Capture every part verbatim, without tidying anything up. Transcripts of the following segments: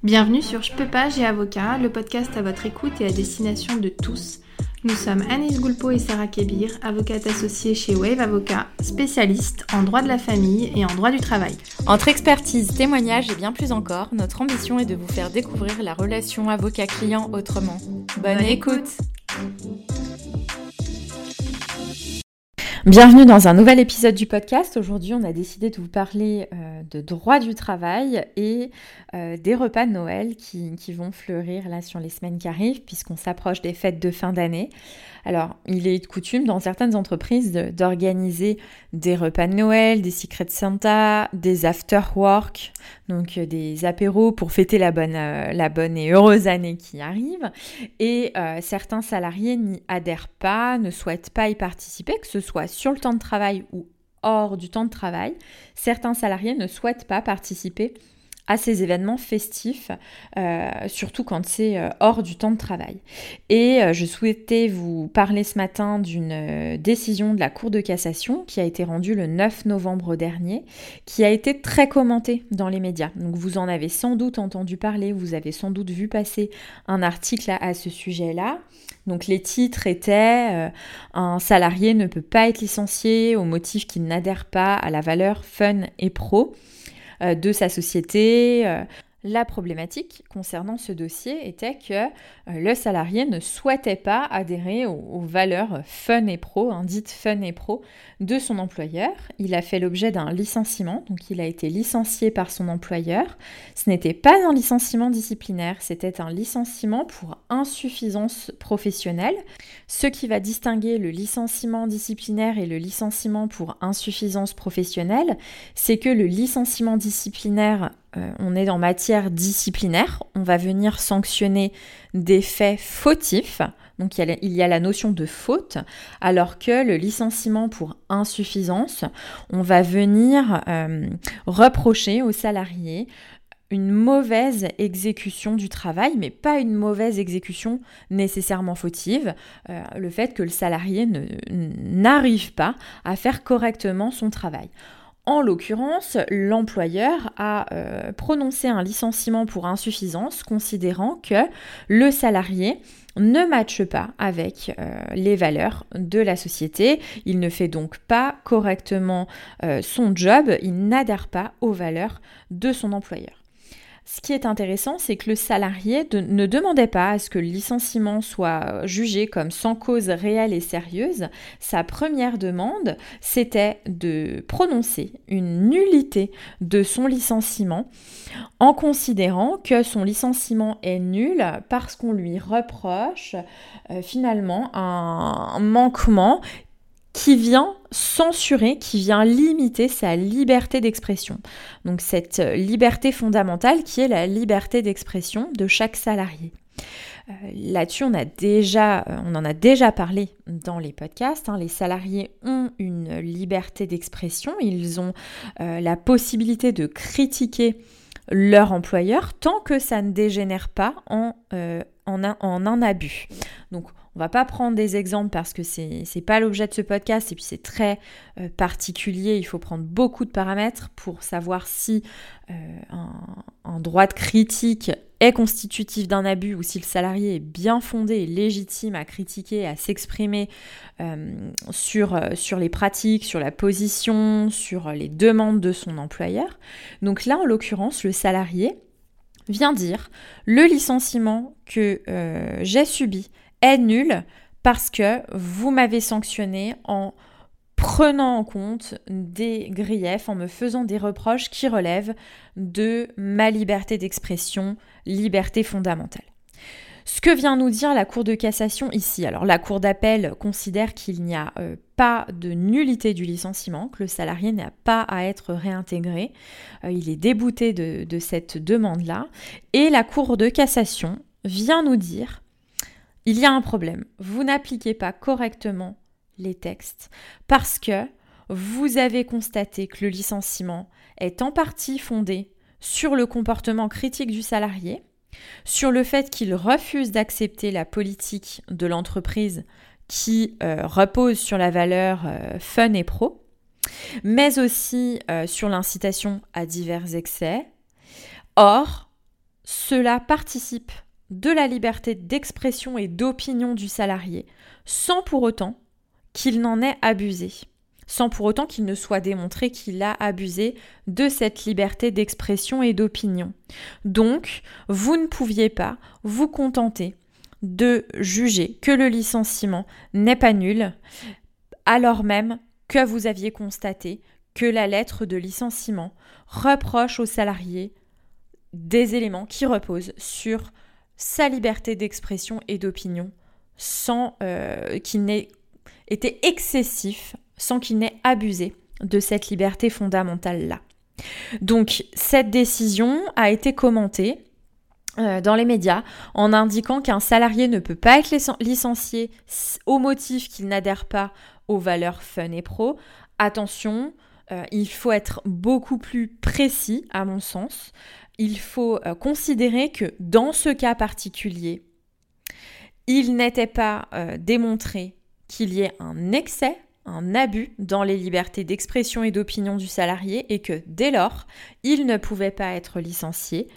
Bienvenue sur Je peux pas, j'ai avocat, le podcast à votre écoute et à destination de tous. Nous sommes Anis Goulpeau et Sarah Kébir, avocates associées chez Wave Avocat, spécialistes en droit de la famille et en droit du travail. Entre expertise, témoignages et bien plus encore, notre ambition est de vous faire découvrir la relation avocat-client autrement. Bonne, Bonne écoute. écoute Bienvenue dans un nouvel épisode du podcast. Aujourd'hui, on a décidé de vous parler euh, de droit du travail et euh, des repas de Noël qui, qui vont fleurir là sur les semaines qui arrivent puisqu'on s'approche des fêtes de fin d'année. Alors, il est de coutume dans certaines entreprises de, d'organiser des repas de Noël, des Secret Santa, des after-work, donc euh, des apéros pour fêter la bonne, euh, la bonne et heureuse année qui arrive. Et euh, certains salariés n'y adhèrent pas, ne souhaitent pas y participer, que ce soit sur le temps de travail ou hors du temps de travail. Certains salariés ne souhaitent pas participer à ces événements festifs, euh, surtout quand c'est euh, hors du temps de travail. Et euh, je souhaitais vous parler ce matin d'une euh, décision de la Cour de cassation qui a été rendue le neuf novembre dernier, qui a été très commentée dans les médias. Donc vous en avez sans doute entendu parler, vous avez sans doute vu passer un article à, à ce sujet-là. Donc les titres étaient euh, « Un salarié ne peut pas être licencié au motif qu'il n'adhère pas à la valeur fun et pro ». De sa société. La problématique concernant ce dossier était que le salarié ne souhaitait pas adhérer aux, aux valeurs fun et pro, hein, dites fun et pro, de son employeur. Il a fait l'objet d'un licenciement, donc il a été licencié par son employeur. Ce n'était pas un licenciement disciplinaire, c'était un licenciement pour insuffisance professionnelle. Ce qui va distinguer le licenciement disciplinaire et le licenciement pour insuffisance professionnelle, c'est que le licenciement disciplinaire, euh, on est en matière disciplinaire, on va venir sanctionner des faits fautifs, donc il y a la, il y a la notion de faute, alors que le licenciement pour insuffisance, on va venir euh, reprocher aux salariés une mauvaise exécution du travail, mais pas une mauvaise exécution nécessairement fautive, euh, le fait que le salarié ne, n'arrive pas à faire correctement son travail. En l'occurrence, l'employeur a euh, prononcé un licenciement pour insuffisance, considérant que le salarié ne matche pas avec euh, les valeurs de la société. Il ne fait donc pas correctement euh, son job, il n'adhère pas aux valeurs de son employeur. Ce qui est intéressant, c'est que le salarié de, ne demandait pas à ce que le licenciement soit jugé comme sans cause réelle et sérieuse. Sa première demande, c'était de prononcer une nullité de son licenciement en considérant que son licenciement est nul parce qu'on lui reproche euh, finalement un manquement qui vient censurer, qui vient limiter sa liberté d'expression. Donc cette liberté fondamentale qui est la liberté d'expression de chaque salarié. Euh, là-dessus, on, a déjà, on en a déjà parlé dans les podcasts. Hein. Les salariés ont une liberté d'expression, ils ont euh, la possibilité de critiquer leur employeur tant que ça ne dégénère pas en, euh, en, un, en un abus. Donc, on va pas prendre des exemples parce que c'est, c'est pas l'objet de ce podcast et puis c'est très euh, particulier. Il faut prendre beaucoup de paramètres pour savoir si euh, un, un droit de critique est constitutif d'un abus ou si le salarié est bien fondé et légitime à critiquer, à s'exprimer euh, sur, euh, sur les pratiques, sur la position, sur les demandes de son employeur. Donc là, en l'occurrence, le salarié vient dire le licenciement que euh, j'ai subi est nul parce que vous m'avez sanctionné en prenant en compte des griefs, en me faisant des reproches qui relèvent de ma liberté d'expression, liberté fondamentale. Ce que vient nous dire la Cour de cassation ici, alors la Cour d'appel considère qu'il n'y a euh, pas de nullité du licenciement, que le salarié n'a pas à être réintégré, euh, il est débouté de, de cette demande-là, et la Cour de cassation vient nous dire il y a un problème, vous n'appliquez pas correctement les textes parce que vous avez constaté que le licenciement est en partie fondé sur le comportement critique du salarié, sur le fait qu'il refuse d'accepter la politique de l'entreprise qui euh, repose sur la valeur euh, fun et pro, mais aussi euh, sur l'incitation à divers excès. Or, cela participe de la liberté d'expression et d'opinion du salarié, sans pour autant qu'il n'en ait abusé, sans pour autant qu'il ne soit démontré qu'il a abusé de cette liberté d'expression et d'opinion. Donc, vous ne pouviez pas vous contenter de juger que le licenciement n'est pas nul, alors même que vous aviez constaté que la lettre de licenciement reproche au salarié des éléments qui reposent sur sa liberté d'expression et d'opinion sans euh, qu'il n'ait été excessif, sans qu'il n'ait abusé de cette liberté fondamentale-là. Donc, cette décision a été commentée euh, dans les médias en indiquant qu'un salarié ne peut pas être licencié au motif qu'il n'adhère pas aux valeurs fun et pro. Attention, euh, il faut être beaucoup plus précis, à mon sens. Il faut euh, considérer que dans ce cas particulier, il n'était pas euh, démontré qu'il y ait un excès, un abus dans les libertés d'expression et d'opinion du salarié et que dès lors, il ne pouvait pas être licencié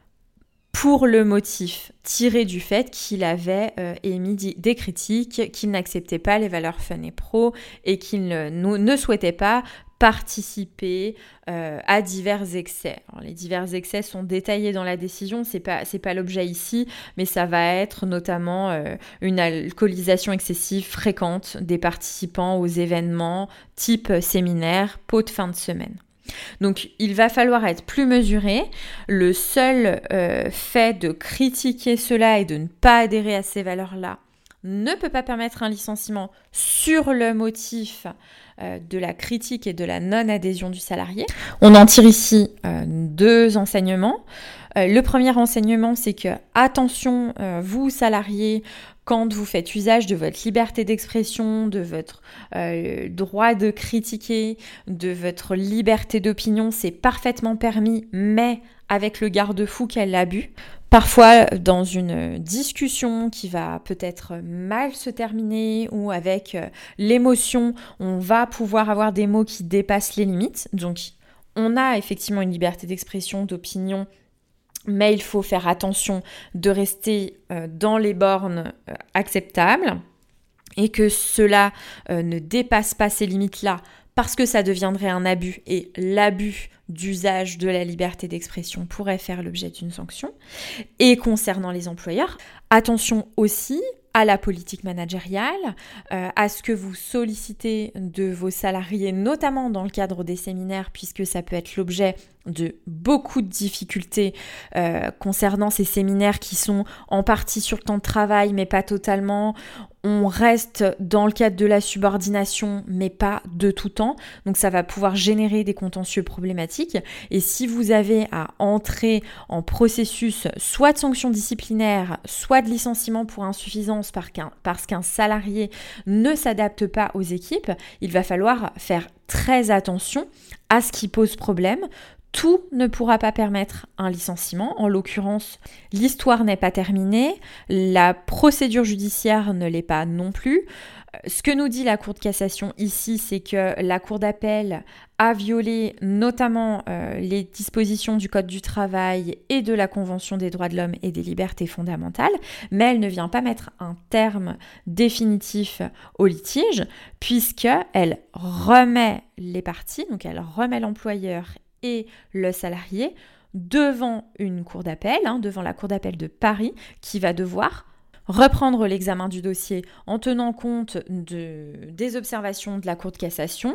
pour le motif tiré du fait qu'il avait euh, émis des critiques, qu'il n'acceptait pas les valeurs fun et pro et qu'il ne, ne souhaitait pas participer euh, à divers excès. Alors, les divers excès sont détaillés dans la décision, c'est pas, c'est pas l'objet ici, mais ça va être notamment euh, une alcoolisation excessive fréquente des participants aux événements type séminaire, pot de fin de semaine. Donc, il va falloir être plus mesuré. Le seul euh, fait de critiquer cela et de ne pas adhérer à ces valeurs-là ne peut pas permettre un licenciement sur le motif euh, de la critique et de la non-adhésion du salarié. On en tire ici euh, deux enseignements. Euh, le premier enseignement, c'est que, attention, euh, vous, salariés, quand vous faites usage de votre liberté d'expression, de votre euh, droit de critiquer, de votre liberté d'opinion, c'est parfaitement permis, mais avec le garde-fou qu'est l'abus. Parfois, dans une discussion qui va peut-être mal se terminer ou avec l'émotion, on va pouvoir avoir des mots qui dépassent les limites. Donc, on a effectivement une liberté d'expression, d'opinion, mais il faut faire attention de rester dans les bornes acceptables et que cela ne dépasse pas ces limites-là parce que ça deviendrait un abus et l'abus d'usage de la liberté d'expression pourrait faire l'objet d'une sanction. Et concernant les employeurs, attention aussi à la politique managériale, euh, à ce que vous sollicitez de vos salariés, notamment dans le cadre des séminaires, puisque ça peut être l'objet de beaucoup de difficultés euh, concernant ces séminaires qui sont en partie sur le temps de travail, mais pas totalement. On reste dans le cadre de la subordination, mais pas de tout temps. Donc ça va pouvoir générer des contentieux problématiques. Et si vous avez à entrer en processus soit de sanctions disciplinaires, soit de licenciement pour insuffisance parce qu'un salarié ne s'adapte pas aux équipes, il va falloir faire très attention à ce qui pose problème. Tout ne pourra pas permettre un licenciement. En l'occurrence, l'histoire n'est pas terminée, la procédure judiciaire ne l'est pas non plus. Ce que nous dit la Cour de cassation ici, c'est que la Cour d'appel a violé notamment euh, les dispositions du Code du travail et de la Convention des droits de l'homme et des libertés fondamentales, mais elle ne vient pas mettre un terme définitif au litige, puisqu'elle remet les parties, donc elle remet l'employeur et le salarié devant une cour d'appel, hein, devant la cour d'appel de Paris, qui va devoir reprendre l'examen du dossier en tenant compte de, des observations de la Cour de cassation,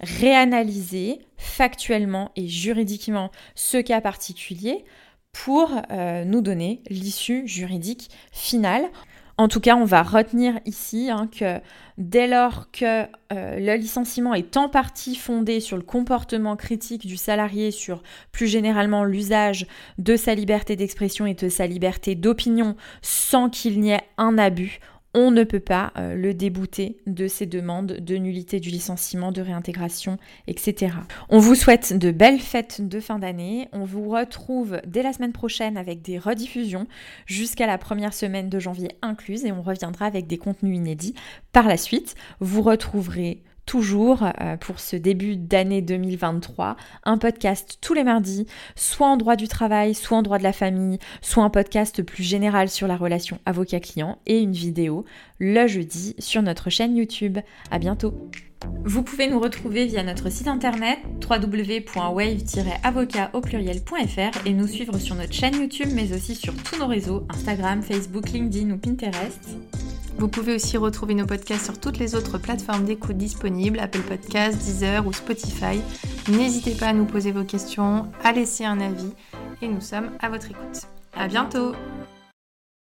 réanalyser factuellement et juridiquement ce cas particulier pour euh, nous donner l'issue juridique finale. En tout cas, on va retenir ici hein, que dès lors que euh, le licenciement est en partie fondé sur le comportement critique du salarié, sur plus généralement l'usage de sa liberté d'expression et de sa liberté d'opinion sans qu'il n'y ait un abus, on ne peut pas euh, le débouter de ses demandes de nullité du licenciement, de réintégration, et cetera. On vous souhaite de belles fêtes de fin d'année. On vous retrouve dès la semaine prochaine avec des rediffusions jusqu'à la première semaine de janvier incluse et on reviendra avec des contenus inédits par la suite. Vous retrouverez toujours euh, pour ce début d'année deux mille vingt-trois, un podcast tous les mardis, soit en droit du travail, soit en droit de la famille, soit un podcast plus général sur la relation avocat-client et une vidéo le jeudi sur notre chaîne YouTube. À bientôt. Vous pouvez nous retrouver via notre site internet w w w point wave tiret avocat au pluriel point f r et nous suivre sur notre chaîne YouTube mais aussi sur tous nos réseaux Instagram, Facebook, LinkedIn ou Pinterest. Vous pouvez aussi retrouver nos podcasts sur toutes les autres plateformes d'écoute disponibles, Apple Podcasts, Deezer ou Spotify. N'hésitez pas à nous poser vos questions, à laisser un avis et nous sommes à votre écoute. À bientôt!